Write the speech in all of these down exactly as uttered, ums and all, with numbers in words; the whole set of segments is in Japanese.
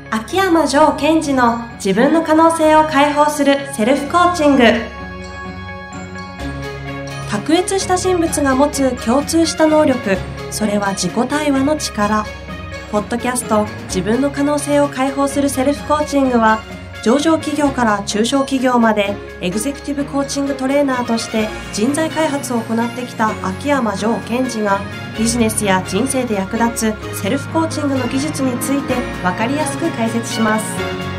秋山城賢治の自分の可能性を解放するセルフコーチング。卓越した人物が持つ共通した能力、それは自己対話の力。ポッドキャスト自分の可能性を解放するセルフコーチングは、上場企業から中小企業までエグゼクティブコーチングトレーナーとして人材開発を行ってきた秋山城賢治が、ビジネスや人生で役立つセルフコーチングの技術について分かりやすく解説します。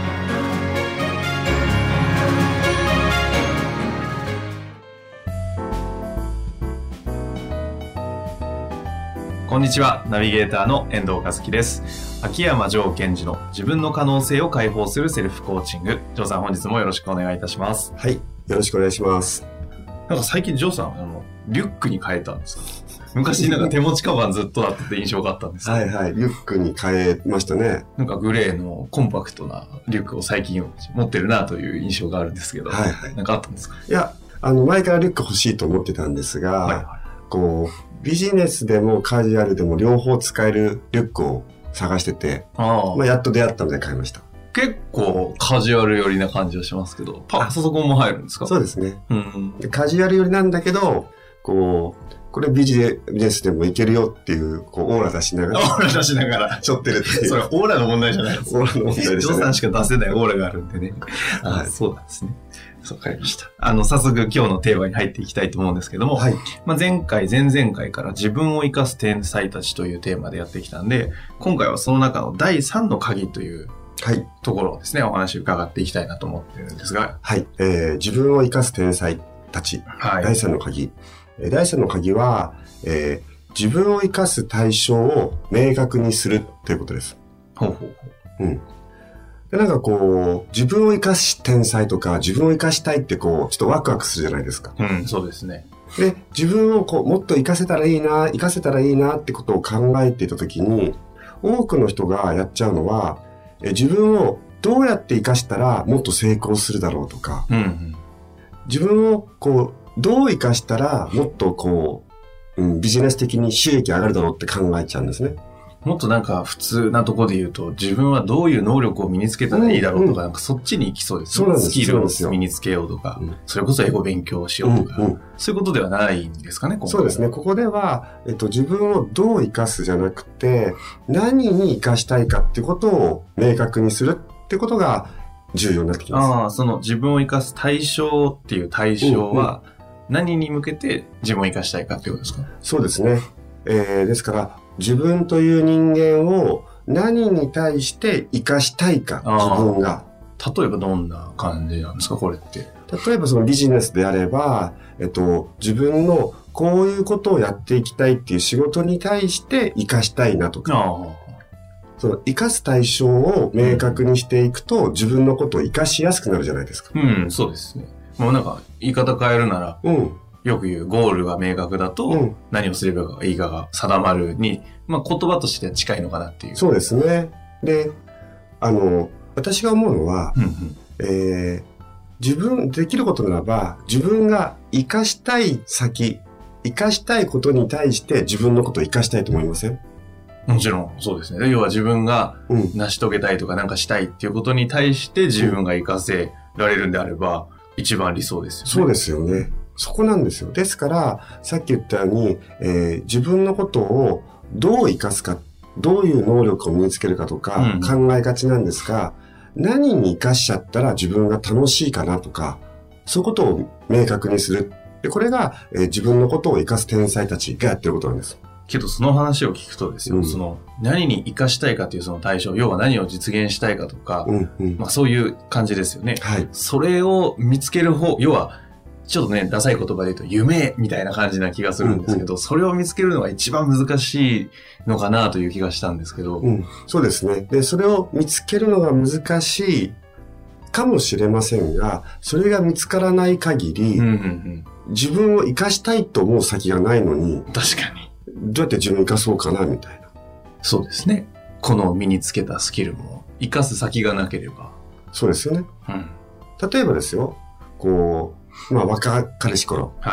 こんにちは、ナビゲーターの遠藤和樹です。秋山城賢治の自分の可能性を解放するセルフコーチング。城さん、本日もよろしくお願いいたします。 はい、よろしくお願いします。 なんか最近城さん、あのリュックに変えたんですか？昔なんか手持ちカバンずっとあって印象があったんですけどはいはい、リュックに変えましたね。 なんかグレーのコンパクトなリュックを最近持ってるなという印象があるんですけど、 はいはい、 なんかあったんですか？ いや、あの前からリュック欲しいと思ってたんですが、はいはい、こうビジネスでもカジュアルでも両方使えるリュックを探してて、あ、まあ、やっと出会ったので買いました。 結構カジュアル寄りな感じはしますけど、パソコンも入るんですか？ そうですね、 うん、 でカジュアル寄りなんだけど、こうこれビジネスでもいけるよっていう、こうオーラ出しながら。 オーラ出しながら。 ちょってるっていう。 それオーラの問題じゃないです。 オーラの問題ですね。 ジョーさんしか出せないオーラがあるんでね。あ、はい、そうなんですね。そう、わかりました。あの、早速今日のテーマに入っていきたいと思うんですけども、はい、まあ、前回、前々回から自分を生かす天才たちというテーマでやってきたんで、今回はその中のだいさんの鍵というところをですね、お話を伺っていきたいなと思ってるんですが。 はい。えー、自分を生かす天才たち。はい。だいさんの鍵。だいさんの鍵は、えー、自分を生かす対象を明確にするということです。 ほうほうほう。 うん。で、なんかこう、自分を生かす天才とか、自分を生かしたいってこう、ちょっとワクワクするじゃないですか。 うん、そうですね。 で、自分をこう、もっと生かせたらいいな、生かせたらいいなってことを考えていたときに、多くの人がやっちゃうのは、え自分をどうやって生かしたらもっと成功するだろうとか、 うんうん、 自分をこう、どう生かしたらもっとこう、うん、ビジネス的に収益上がるだろうって考えちゃうんですね。 もっとなんか普通なところで言うと、自分はどういう能力を身につけたらいいだろうとか、うんうん、なんかそっちに行きそうですね。 そうなんです。 スキルを身につけようとか、うん、それこそ英語勉強しようとか、うんうん、そういうことではないんですかね、今回は。 そうですね。ここでは、えっと、自分をどう生かすじゃなくて、何に生かしたいかってことを明確にするってことが重要になってきます。 ああ、その自分を生かす対象っていう対象は、何に向けて自分を生かしたいかっていうことですか？ そうですね。えー、ですから、自分という人間を何に対して生かしたいか、自分が。 例えばどんな感じなんですか、これって。 例えばそのビジネスであれば、えっと、自分のこういうことをやっていきたいっていう仕事に対して生かしたいなとか。あその生かす対象を明確にしていくと、うん、自分のことを生かしやすくなるじゃないですか。 うん、そうですね。もうなんか言い方変えるなら、うん、よく言うゴールが明確だと、うん、何をすればいいかが定まるに、まあ、言葉としては近いのかなっていう。 そうですね。で、あの、私が思うのは、うんうんえー、自分、できることならば、自分が生かしたい先、生かしたいことに対して自分のことを生かしたいと思いません？ もちろんそうですね。要は自分が成し遂げたいとかなんかしたいっていうことに対して自分が生かせられるんであれば、一番理想ですよね。 そうですよね。そこなんですよ。ですから、さっき言ったように、えー、自分のことをどう生かすか、どういう能力を身につけるかとか考えがちなんですが、うん、何に生かしちゃったら自分が楽しいかなとか、そういうことを明確にする。で、これが、えー、自分のことを生かす天才たちがやってることなんです。 けどその話を聞くとですよ、うん、その何に生かしたいかというその対象、要は何を実現したいかとか、うんうんまあ、そういう感じですよね、はい。それを見つける方、要はちょっとね、ダサい言葉で言うと夢みたいな感じな気がするんですけど、うんうん、それを見つけるのが一番難しいのかなという気がしたんですけど、 うん、そうですね。で、それを見つけるのが難しいかもしれませんが、それが見つからない限り、うんうんうん、自分を生かしたいと思う先がないのに、 確かにどうやって自分を生かそうかなみたいな。 そうですね。この身につけたスキルも生かす先がなければ。 そうですよね。うん、例えばですよ、こう、まあ若かりし頃、はい、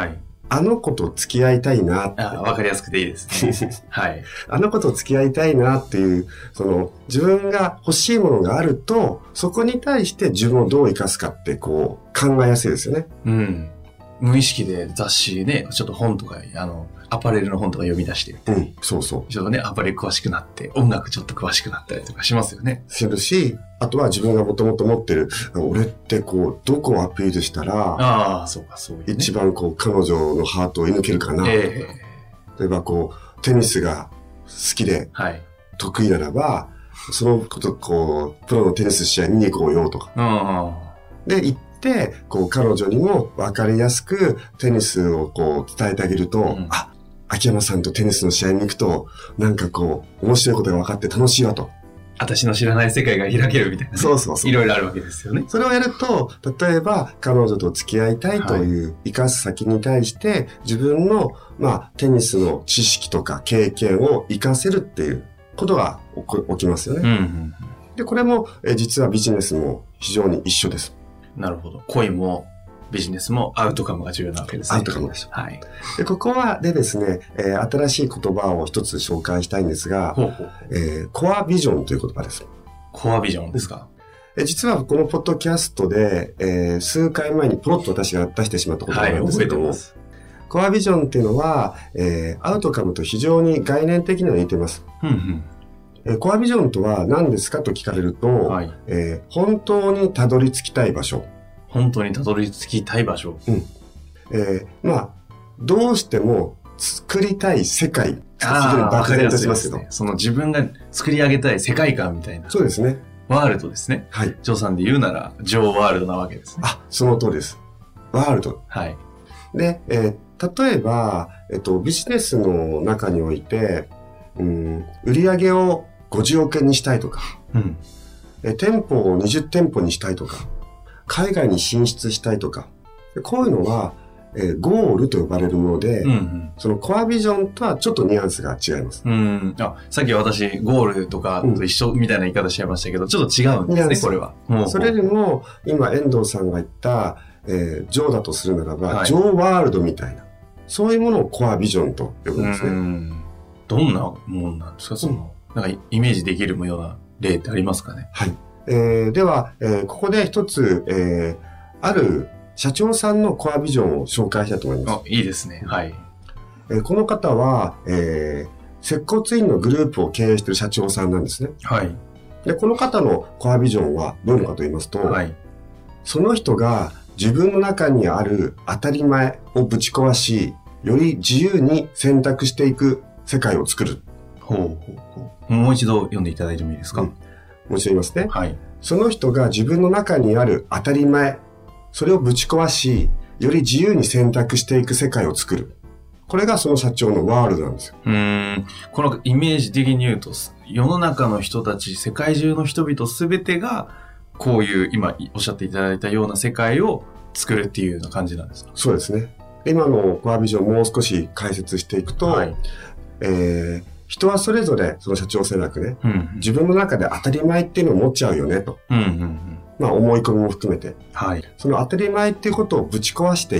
あの子と付き合いたいなって。 あ、わかりやすくていいですね。はい。 あの子と付き合いたいなっていう、その自分が欲しいものがあると、そこに対して自分をどう生かすかってこう考えやすいですよね。 うん。無意識で雑誌ね、ちょっと本とか、あの、アパレルの本とか読み出してうん、そうそう。 ちょっとね、アパレル詳しくなって、音楽ちょっと詳しくなったりとかしますよね。 するし、あとは自分がもともと持ってる、俺ってこう、どこをアピールしたら、 ああ、そうか、そういう、ね。 一番こう、彼女のハートを射抜けるかな。えー、例えばこう、テニスが好きで、得意ならば、はい、そのこと、こう、プロのテニス試合見に行こうよとか。で、行って、こう、彼女にも分かりやすくテニスをこう、伝えてあげると、うん、あ、秋山さんとテニスの試合に行くと、なんかこう、面白いことが分かって楽しいわと。 私の知らない世界が開けるみたいな、ね。 そうそうそう。 いろいろあるわけですよね。 それをやると、例えば、彼女と付き合いたいという、生かす先に対して、自分の、まあ、テニスの知識とか経験を活かせるっていうことが起きますよね。うんうん、で、これも、え実はビジネスも非常に一緒です。 なるほど。恋も、ビジネスもアウトカムが重要なわけですね。 アウトカムです。 はい。 で、ここはでですね、えー、新しい言葉を一つ紹介したいんですが、ほうほうえー、コアビジョンという言葉です。 コアビジョンですか？ え実はこのポッドキャストで、えー、数回前にポロッと私が出してしまった言葉なんですけども、はい、コアビジョンっていうのは、えー、アウトカムと非常に概念的には似てます。うんうんえー、コアビジョンとは何ですかと聞かれると、はいえー、本当にたどり着きたい場所。 本当にたどり着きたい場所。 うん。えー、まあ、どうしても作りたい世界。 ああ、漠然としますけど、ね。その自分が作り上げたい世界観みたいな。 そうですね。 ワールドですね。はい。ジョーさんで言うなら、ジョーワールドなわけですね。 あ、その通りです。ワールド。はい。で、えー、例えば、えっと、ビジネスの中において、うん、売り上げをごじゅうおくえんにしたいとか、うん、え店舗をにじゅってんぽにしたいとか、海外に進出したいとか、こういうのは、えー、ゴールと呼ばれるもので、うんうん、そのコアビジョンとはちょっとニュアンスが違います。 うん、あ、さっき私、ゴールとかと一緒みたいな言い方しちゃいましたけど、うん、ちょっと違うんですね、これは。 それでも、今、遠藤さんが言った、えー、ジョーだとするならば、はい、ジョーワールドみたいな、そういうものをコアビジョンと呼ぶんですね。うんどんなものなんですか、その、うん、なんかイメージできるような例ってありますかね。 はい。えー、では、えー、ここで一つ、えー、ある社長さんのコアビジョンを紹介したいと思います。 あ、いいですね。はい。 えー、この方は、えー、接骨院のグループを経営している社長さんなんですね。はい。で、この方のコアビジョンはどういうのかと言いますと、はい。その人が自分の中にある当たり前をぶち壊し、より自由に選択していく世界を作る。 ほうほうほう。もう一度読んでいただいてもいいですか？うんもう一度言いますね。はい。その人が自分の中にある当たり前、それをぶち壊し、より自由に選択していく世界を作る。これがその社長のワールドなんですよ。 うーん。このイメージ的に言うと、世の中の人たち、世界中の人々すべてが、こういう今おっしゃっていただいたような世界を作るっていうような感じなんですか？ そうですね。今のコアビジョンをもう少し解説していくと、はい、えー人はそれぞれ、その社長性なくね、うんうん、自分の中で当たり前っていうのを持っちゃうよね、と。うんうんうん、まあ思い込みも含めて、はい。その当たり前っていうことをぶち壊していって、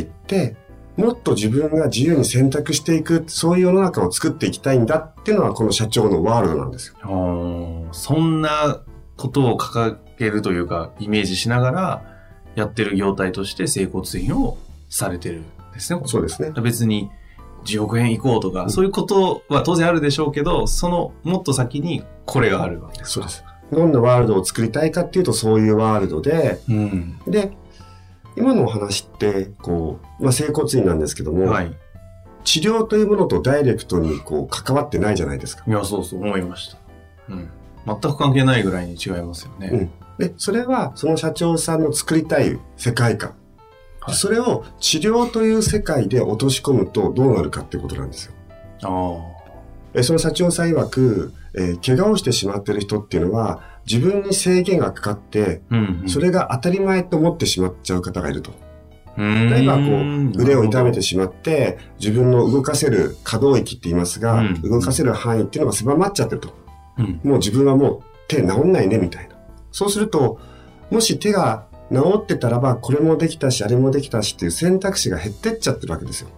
もっと自分が自由に選択していく、そういう世の中を作っていきたいんだっていうのはこの社長のワールドなんですよ。 あそんなことを掲げるというか、イメージしながらやってる業態として整骨院をされてるんですね。 そうですね。 別に、じゅうおくえん行こうとか、うん、そういうことは当然あるでしょうけど、そのもっと先にこれがあるわけです。 そうです。どんなワールドを作りたいかっていうと、そういうワールドで、うん、で、今のお話って、こう、まあ、整骨院なんですけども、はい、治療というものとダイレクトにこう関わってないじゃないですか。 いや、そうそう思いました。うん。全く関係ないぐらいに違いますよね。うん。 で、それはその社長さんの作りたい世界観。それを治療という世界で落とし込むとどうなるかってことなんですよ。あえその社長さん曰く、えー、怪我をしてしまっている人っていうのは自分に制限がかかって、うんうん、それが当たり前と思ってしまっちゃう方がいると。例えばこう腕を痛めてしまって自分の動かせる可動域って言いますが、うん、動かせる範囲っていうのが狭まっちゃってると、うん、もう自分はもう手治んないねみたいな。そうするともし手が治ってたらばこれもできたしあれもできたしっていう選択肢が減ってっちゃってるわけですよ。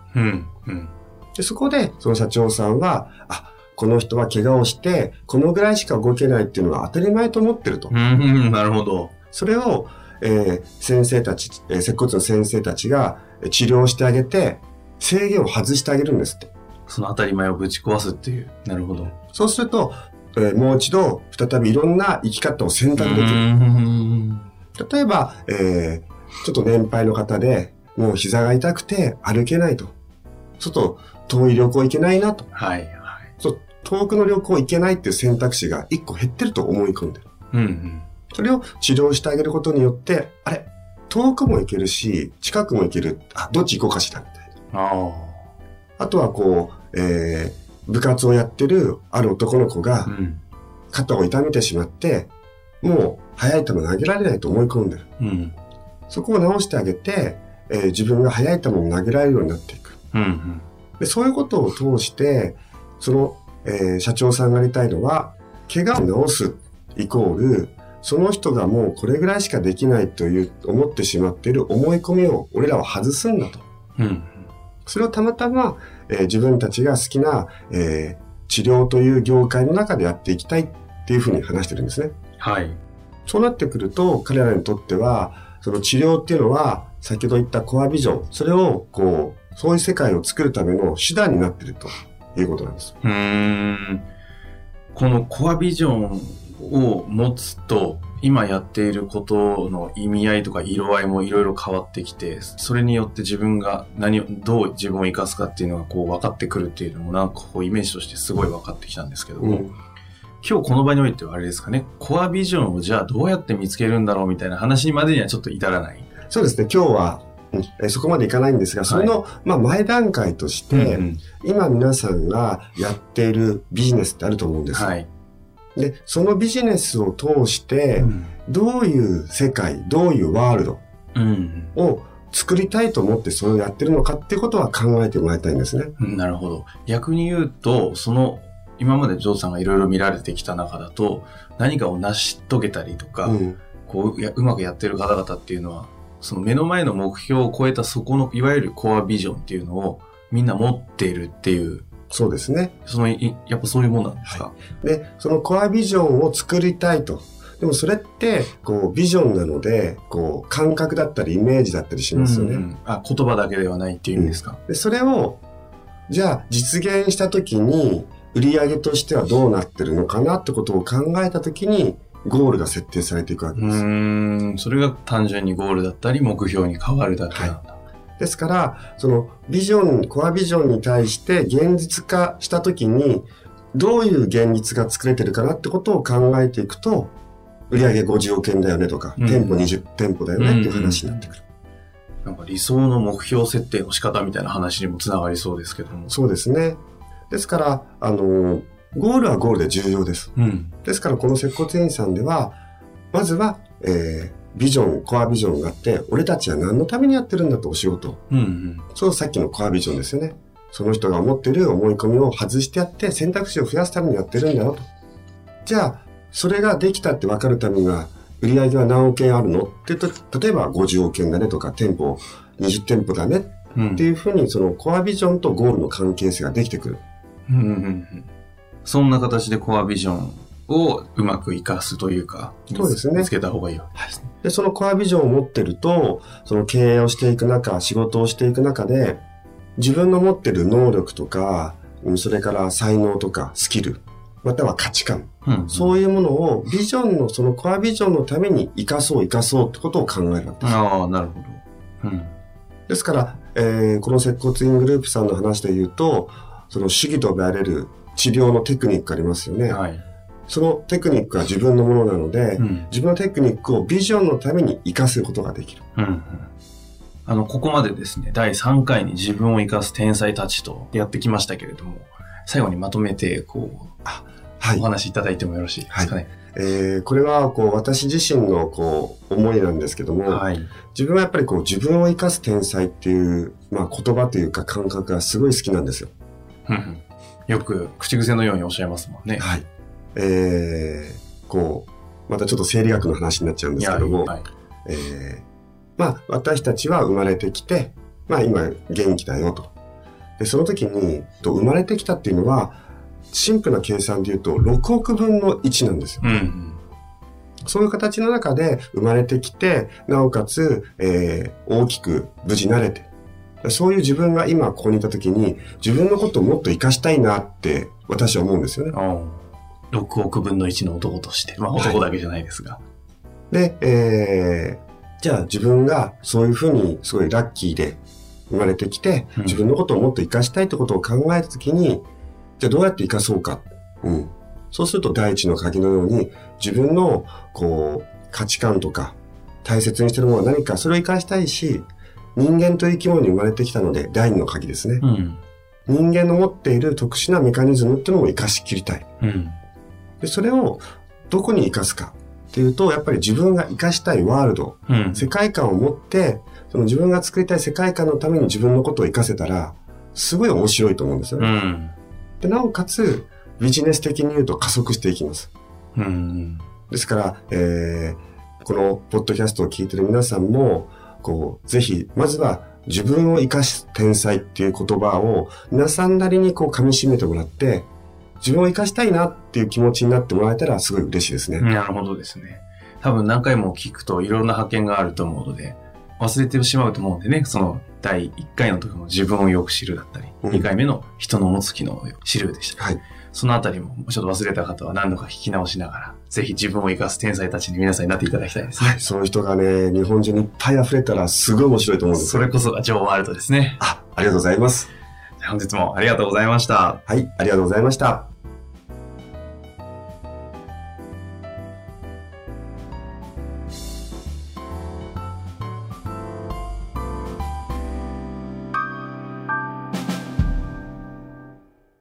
うんうん、 でそこでその社長さんは、あ、この人は怪我をしてこのぐらいしか動けないっていうのは当たり前と思ってると。 うんうん、なるほど。 それを、えー、先生たち、えー、接骨の先生たちが治療してあげて制限を外してあげるんですって。 その当たり前をぶち壊すっていう。なるほど。 そうすると、えー、もう一度再びいろんな生き方を選択できる。例えば、えー、ちょっと年配の方でもう膝が痛くて歩けないと。ちょっと遠い旅行行けないなと。 はいはい。 そう、遠くの旅行行けないっていう選択肢が一個減ってると思い込んでる。 うんうん、 それを治療してあげることによって、あれ、遠くも行けるし、近くも行ける。あ、どっち行こうかしらみたいな。ああとはこう、えー、部活をやってるある男の子が、肩を痛めてしまって、もう速い球投げられないと思い込んでる。うん、そこを直してあげて、えー、自分が速い球を投げられるようになっていく。うんうん、でそういうことを通して、その、えー、社長さんがやりたいのは、怪我を治すイコール、その人がもうこれぐらいしかできないという思ってしまっている思い込みを俺らは外すんだと。うん、それをたまたま、えー、自分たちが好きな、えー、治療という業界の中でやっていきたいっていうふうに話してるんですね。はい。そうなってくると彼らにとってはその治療っていうのは先ほど言ったコアビジョン、それをこうそういう世界を作るための手段になっているということなんです。 うーん。このコアビジョンを持つと今やっていることの意味合いとか色合いもいろいろ変わってきて、それによって自分が何をどう自分を生かすかっていうのがこう分かってくるっていうのもなんかこうイメージとしてすごい分かってきたんですけども、うん、今日この場においてはあれですかね、コアビジョンをじゃあどうやって見つけるんだろうみたいな話までにはちょっと至らない。 そうですね、今日は、うんえそこまでいかないんですが、その、はい、まあ、前段階として、うんうん、今皆さんがやっているビジネスってあると思うんです。はい、でそのビジネスを通して、うん、どういう世界、どういうワールドを作りたいと思ってそれをやってるのかっていうことは考えてもらいたいんですね。 うん、なるほど。逆に言うと、その今までジョーさんがいろいろ見られてきた中だと、何かを成し遂げたりとか、うん、こうやうまくやってる方々っていうのは、その目の前の目標を超えたそこのいわゆるコアビジョンっていうのをみんな持っているっていう。 そうですね。 そのやっぱそういうもんなんですか。はい、でそのコアビジョンを作りたいと。でもそれってこうビジョンなのでこう感覚だったりイメージだったりしますよね。うんうん、 あ、言葉だけではないっていうんですか。 うん、でそれをじゃあ実現したときに売り上げとしてはどうなってるのかなってことを考えたときにゴールが設定されていくわけです。 うーん、それが単純にゴールだったり目標に変わるだけなんだ。はい、 ですからそのビジョン、コアビジョンに対して現実化したときにどういう現実が作れてるかなってことを考えていくと、売上ごじゅうおけんだよねとか、うん、店舗にじゅってんぽだよねっていう話になってくる。 なんか理想の目標設定の仕方みたいな話にもつながりそうですけども。 そうですね。ですから、あの、ゴールはゴールで重要です。うん、ですから、この接骨院さんでは、まずは、えー、ビジョン、コアビジョンがあって、俺たちは何のためにやってるんだとお仕事。うんうん、そう、さっきのコアビジョンですよね。その人が思ってる思い込みを外してやって、選択肢を増やすためにやってるんだよと。じゃあ、それができたって分かるためには、売り上げは何億円あるのって言うと、例えばごじゅうおけんだねとか、店舗にじゅってんぽだねっていうふうに、そのコアビジョンとゴールの関係性ができてくる。うんうんうん、 そんな形でコアビジョンをうまく活かすというか、 そうですね、 見つけた方がいいわけですね。 で、そのコアビジョンを持ってると、その経営をしていく中、仕事をしていく中で、自分の持ってる能力とか、それから才能とかスキル、または価値観、うんうん、そういうものをビジョンの、そのコアビジョンのために生かそう生かそうってことを考えるわけです。 ああ、なるほど。うん、 ですから、えー、この接骨院グループさんの話で言うと、その主義と呼ばれる治療のテクニックありますよね。はい、そのテクニックは自分のものなので、うん、自分のテクニックをビジョンのために生かすことができる。うんうん、 あの、ここまでですね、だいさんかいに自分を生かす天才たちとやってきましたけれども、最後にまとめて、こう、あ、はい、お話しいただいてもよろしいですかね。 はい、えー、これは、こう、私自身の、こう、思いなんですけども、はい、自分はやっぱりこう、自分を生かす天才っていう、まあ、言葉というか感覚がすごい好きなんですよ。 よく口癖のようにおっしゃいますもんね。 はい。えー、こう、またちょっと生理学の話になっちゃうんですけども、はい、えー、まあ、私たちは生まれてきて、まあ今元気だよと。 で、その時に、と生まれてきたっていうのは、シンプルな計算で言うと、ろくおくぶんのいちなんですよ。うん、そういう形の中で生まれてきて、なおかつ、えー、大きく無事慣れて、そういう自分が今ここにいた時に、自分のことをもっと活かしたいなって私は思うんですよね。 ろくおくぶんのいちの男として。まあ男だけじゃないですが。はい、 で、えー、じゃあ自分がそういうふうにすごいラッキーで生まれてきて、うん、自分のことをもっと活かしたいってことを考えた時に、じゃあどうやって活かそうか。うん。そうすると第一の鍵のように、自分のこう価値観とか大切にしてるものは何か、それを活かしたいし、人間という生き物に生まれてきたので第二の鍵ですね。うん、人間の持っている特殊なメカニズムっていうのを活かしきりたい。うん、でそれをどこに活かすかっていうと、やっぱり自分が活かしたいワールド、うん、世界観を持って、その自分が作りたい世界観のために自分のことを活かせたら、すごい面白いと思うんですよね。うん、でなおかつ、ビジネス的に言うと加速していきます。うん、ですから、えー、このポッドキャストを聞いている皆さんも、こう、ぜひ、まずは自分を生かす天才っていう言葉を皆さんなりにこう噛み締めてもらって、自分を生かしたいなっていう気持ちになってもらえたらすごい嬉しいですね。 なるほどですね。多分何回も聞くといろんな発見があると思うので、忘れてしまうと思うんでね、そのだいいっかいの時の自分をよく知るだったり、うん、にかいめの人の持つ機能を知るでした。はい。そのあたりもちょっと忘れた方は何度か聞き直しながら、ぜひ自分を生かす天才たちに皆さんになっていただきたいですね。はい。 そういう人がね、日本中にいっぱい溢れたらすごい面白いと思うんです。 それこそがジョー・ワールドですね。 あ、ありがとうございます。 本日もありがとうございました。 はい、ありがとうございました。